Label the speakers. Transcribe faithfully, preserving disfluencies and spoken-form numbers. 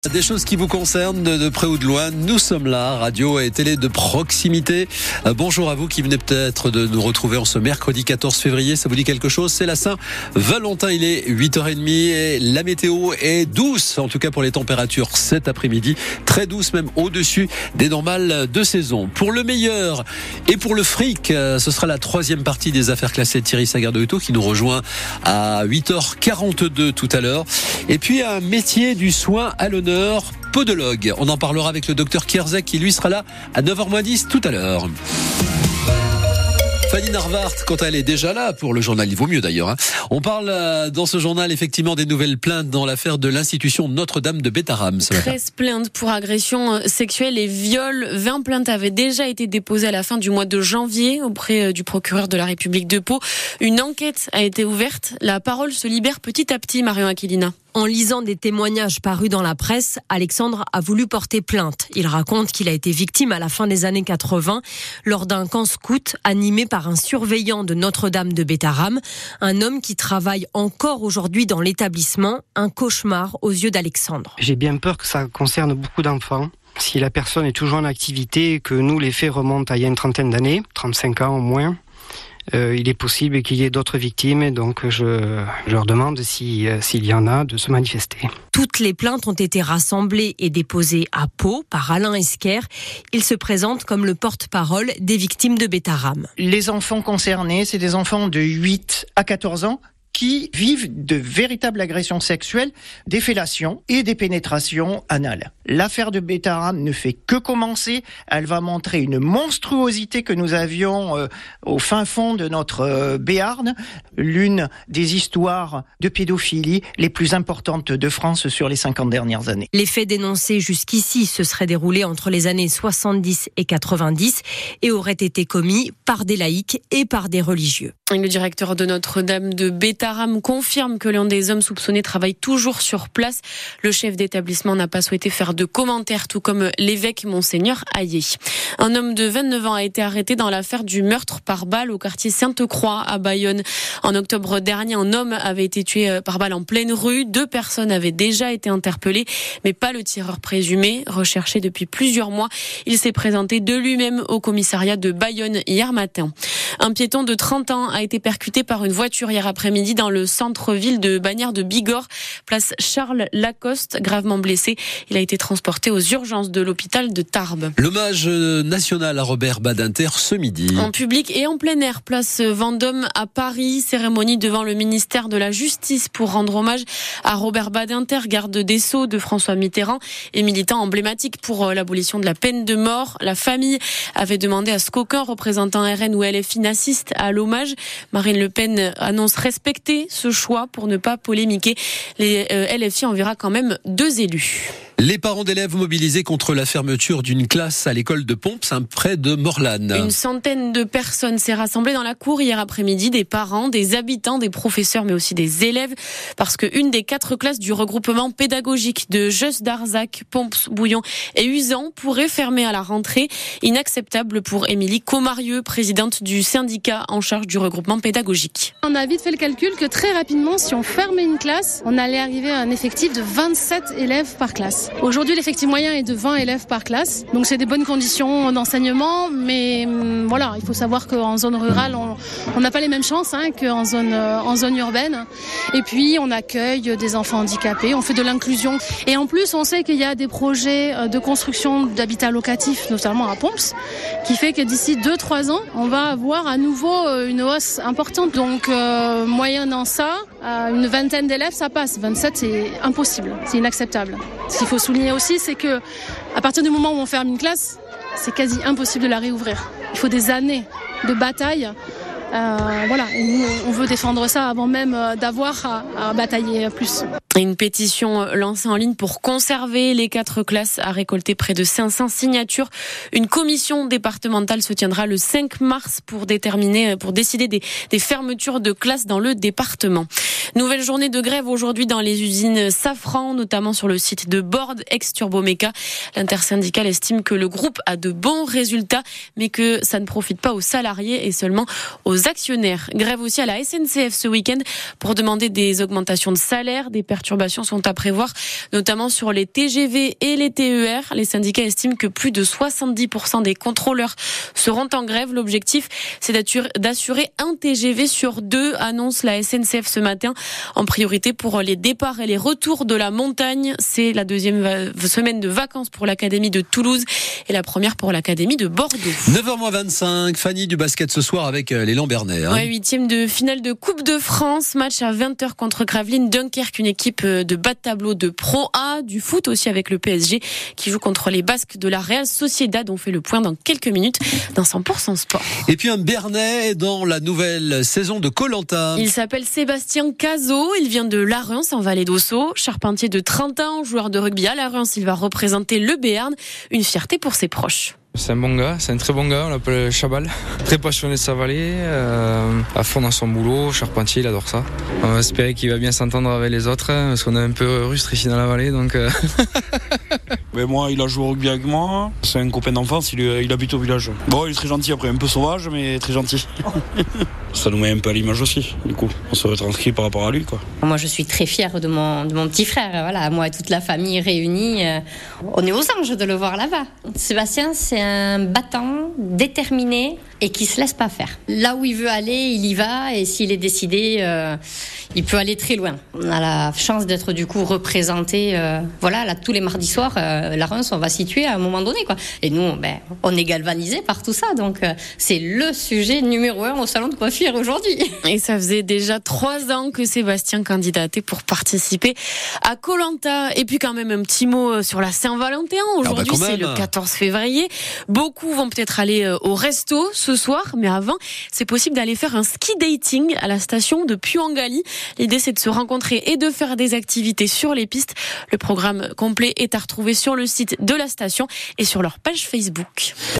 Speaker 1: Des choses qui vous concernent de près ou de loin, nous sommes là, radio et télé de proximité. Euh, bonjour à vous qui venez peut-être de nous retrouver en ce mercredi quatorze février, ça vous dit quelque chose? C'est la Saint-Valentin, il est huit heures trente et la météo est douce, en tout cas pour les températures cet après-midi, très douce même au-dessus des normales de saison. Pour le meilleur et pour le fric, euh, ce sera la troisième partie des affaires classées de Thierry Sagard-de-Hutto qui nous rejoint à huit heures quarante-deux tout à l'heure. Et puis un métier du soin à l'honneur, podologue. On en parlera avec le docteur Kierzek qui lui sera là à neuf heures moins dix tout à l'heure. Fanny Narvart, quand elle est déjà là pour le journal, il vaut mieux d'ailleurs. Hein. On parle dans ce journal effectivement des nouvelles plaintes dans l'affaire de l'institution Notre-Dame de Bétharram.
Speaker 2: treize plaintes pour agression sexuelle et viol. vingt plaintes avaient déjà été déposées à la fin du mois de janvier auprès du procureur de la République de Pau. Une enquête a été ouverte. La parole se libère petit à petit, Marion Aquilina.
Speaker 3: En lisant des témoignages parus dans la presse, Alexandre a voulu porter plainte. Il raconte qu'il a été victime à la fin des années quatre-vingts lors d'un camp scout animé par un surveillant de Notre-Dame de Bétharram, un homme qui travaille encore aujourd'hui dans l'établissement, un cauchemar aux yeux d'Alexandre.
Speaker 4: J'ai bien peur que ça concerne beaucoup d'enfants. Si la personne est toujours en activité, que nous les faits remontent à il y a une trentaine d'années, trente-cinq ans au moins, Euh, il est possible qu'il y ait d'autres victimes, donc je, je leur demande si, euh, s'il y en a de se manifester.
Speaker 3: Toutes les plaintes ont été rassemblées et déposées à Pau par Alain Esquer. Il se présente comme le porte-parole des victimes de Bétharram.
Speaker 5: Les enfants concernés, c'est des enfants de huit à quatorze ans qui vivent de véritables agressions sexuelles, des fellations et des pénétrations anales. L'affaire de Bétharram ne fait que commencer. Elle va montrer une monstruosité que nous avions euh, au fin fond de notre euh, Béarn, l'une des histoires de pédophilie les plus importantes de France sur les cinquante dernières années.
Speaker 3: Les faits dénoncés jusqu'ici se seraient déroulés entre les années soixante-dix et quatre-vingt-dix et auraient été commis par des laïcs et par des religieux.
Speaker 2: Le directeur de Notre-Dame de Bétharram confirme que l'un des hommes soupçonnés travaille toujours sur place. Le chef d'établissement n'a pas souhaité faire de commentaires, tout comme l'évêque Monseigneur Hayé. Un homme de vingt-neuf ans a été arrêté dans l'affaire du meurtre par balle au quartier Sainte-Croix à Bayonne. En octobre dernier, un homme avait été tué par balle en pleine rue. Deux personnes avaient déjà été interpellées, mais pas le tireur présumé. Recherché depuis plusieurs mois, il s'est présenté de lui-même au commissariat de Bayonne hier matin. Un piéton de trente ans a été percuté par une voiture hier après-midi dans le centre-ville de Bagnères de Bigorre, place Charles Lacoste, gravement blessé. Il a été transporté aux urgences de l'hôpital de Tarbes.
Speaker 1: L'hommage national à Robert Badinter ce midi.
Speaker 2: En public et en plein air, place Vendôme à Paris, cérémonie devant le ministère de la Justice pour rendre hommage à Robert Badinter, garde des Sceaux de François Mitterrand et militant emblématique pour l'abolition de la peine de mort. La famille avait demandé à ce qu'aucun représentant R N ou L F I n'assiste à l'hommage. Marine Le Pen annonce respecter ce choix pour ne pas polémiquer. Les euh, L F I enverra quand même deux élus.
Speaker 1: Les parents d'élèves mobilisés contre la fermeture d'une classe à l'école de Pomps, près de Morlanes.
Speaker 2: Une centaine de personnes s'est rassemblée dans la cour hier après-midi, des parents, des habitants, des professeurs, mais aussi des élèves, parce qu'une des quatre classes du regroupement pédagogique de Jeusse d'Arzac, Pomps, Bouillon et Usan pourrait fermer à la rentrée. Inacceptable pour Émilie Comarieux, présidente du syndicat en charge du regroupement pédagogique.
Speaker 6: On a vite fait le calcul que très rapidement, si on fermait une classe, on allait arriver à un effectif de vingt-sept élèves par classe. Aujourd'hui, l'effectif moyen est de vingt élèves par classe. Donc, c'est des bonnes conditions d'enseignement. Mais hum, voilà, il faut savoir qu'en zone rurale, on n'a pas les mêmes chances hein, qu'en zone, euh, en zone urbaine. Et puis, on accueille des enfants handicapés, on fait de l'inclusion. Et en plus, on sait qu'il y a des projets de construction d'habitat locatif, notamment à Pomps, qui fait que d'ici deux à trois ans, on va avoir à nouveau une hausse importante. Donc, euh, moyennant ça, euh, une vingtaine d'élèves, ça passe. vingt-sept, c'est impossible, c'est inacceptable. Ce qu'il faut souligner aussi, c'est que à partir du moment où on ferme une classe, c'est quasi impossible de la réouvrir. Il faut des années de bataille. Euh, voilà, et nous, on veut défendre ça avant même d'avoir à, à batailler plus.
Speaker 2: Une pétition lancée en ligne pour conserver les quatre classes a récolté près de cinq cents signatures. Une commission départementale se tiendra le cinq mars pour déterminer, pour décider des, des fermetures de classes dans le département. Nouvelle journée de grève aujourd'hui dans les usines Safran, notamment sur le site de Borde, ex-Turboméca. L'intersyndicale estime que le groupe a de bons résultats, mais que ça ne profite pas aux salariés et seulement aux aux actionnaires. Grève aussi à la S N C F ce week-end pour demander des augmentations de salaire. Des perturbations sont à prévoir, notamment sur les T G V et les T E R. Les syndicats estiment que plus de soixante-dix pour cent des contrôleurs seront en grève. L'objectif, c'est d'assurer un T G V sur deux, annonce la S N C F ce matin, en priorité pour les départs et les retours de la montagne. C'est la deuxième va- semaine de vacances pour l'Académie de Toulouse et la première pour l'Académie de Bordeaux.
Speaker 1: neuf heures moins vingt-cinq, Fanny, du basket ce soir avec les Lambernais. Hein.
Speaker 2: Ouais, huitième de finale de Coupe de France, match à vingt heures contre Gravelines Dunkerque, une équipe de bas de tableau de Pro A, du foot aussi avec le P S G qui joue contre les Basques de la Real Sociedad. On fait le point dans quelques minutes dans cent pour cent Sport.
Speaker 1: Et puis un Bernais dans la nouvelle saison de Koh-Lanta.
Speaker 2: Il s'appelle Sébastien Cazot, il vient de La Reims en Vallée d'Ossau, charpentier de trente ans, joueur de rugby à La Reims, il va représenter le Béarn, une fierté pour ses proches.
Speaker 7: C'est un bon gars, c'est un très bon gars, on l'appelle Chabal. Très passionné de sa vallée, euh, à fond dans son boulot, charpentier, il adore ça. On va espérer qu'il va bien s'entendre avec les autres, hein, parce qu'on est un peu rustre ici dans la vallée, donc... Euh...
Speaker 8: Mais moi, il a joué au rugby avec moi, c'est un copain d'enfance, il, il habite au village. Bon, il est très gentil après, un peu sauvage, mais très gentil. Ça nous met un peu à l'image aussi, du coup, on se retranscrit par rapport à lui, quoi.
Speaker 9: Moi, je suis très fière de mon, de mon petit frère, voilà, moi et toute la famille réunie, euh, on est aux anges de le voir là-bas. Sébastien, c'est un battant, déterminé et qui se laisse pas faire. Là où il veut aller, il y va, et s'il est décidé, euh, il peut aller très loin. On a la chance d'être du coup représenté, euh, voilà, là tous les mardis soirs, euh, la Reims, on va situer à un moment donné, quoi. Et nous, ben, on est galvanisés par tout ça, donc euh, c'est le sujet numéro un au salon de coiffure aujourd'hui.
Speaker 2: Et ça faisait déjà trois ans que Sébastien candidatait pour participer à Koh-Lanta. Et puis quand même un petit mot sur la Saint-Valentin. Aujourd'hui, ah bah c'est le quatorze février. Beaucoup vont peut-être aller au resto ce soir, mais avant, c'est possible d'aller faire un ski dating à la station de Puangali. L'idée, c'est de se rencontrer et de faire des activités sur les pistes. Le programme complet est à retrouver sur le site de la station et sur leur page Facebook.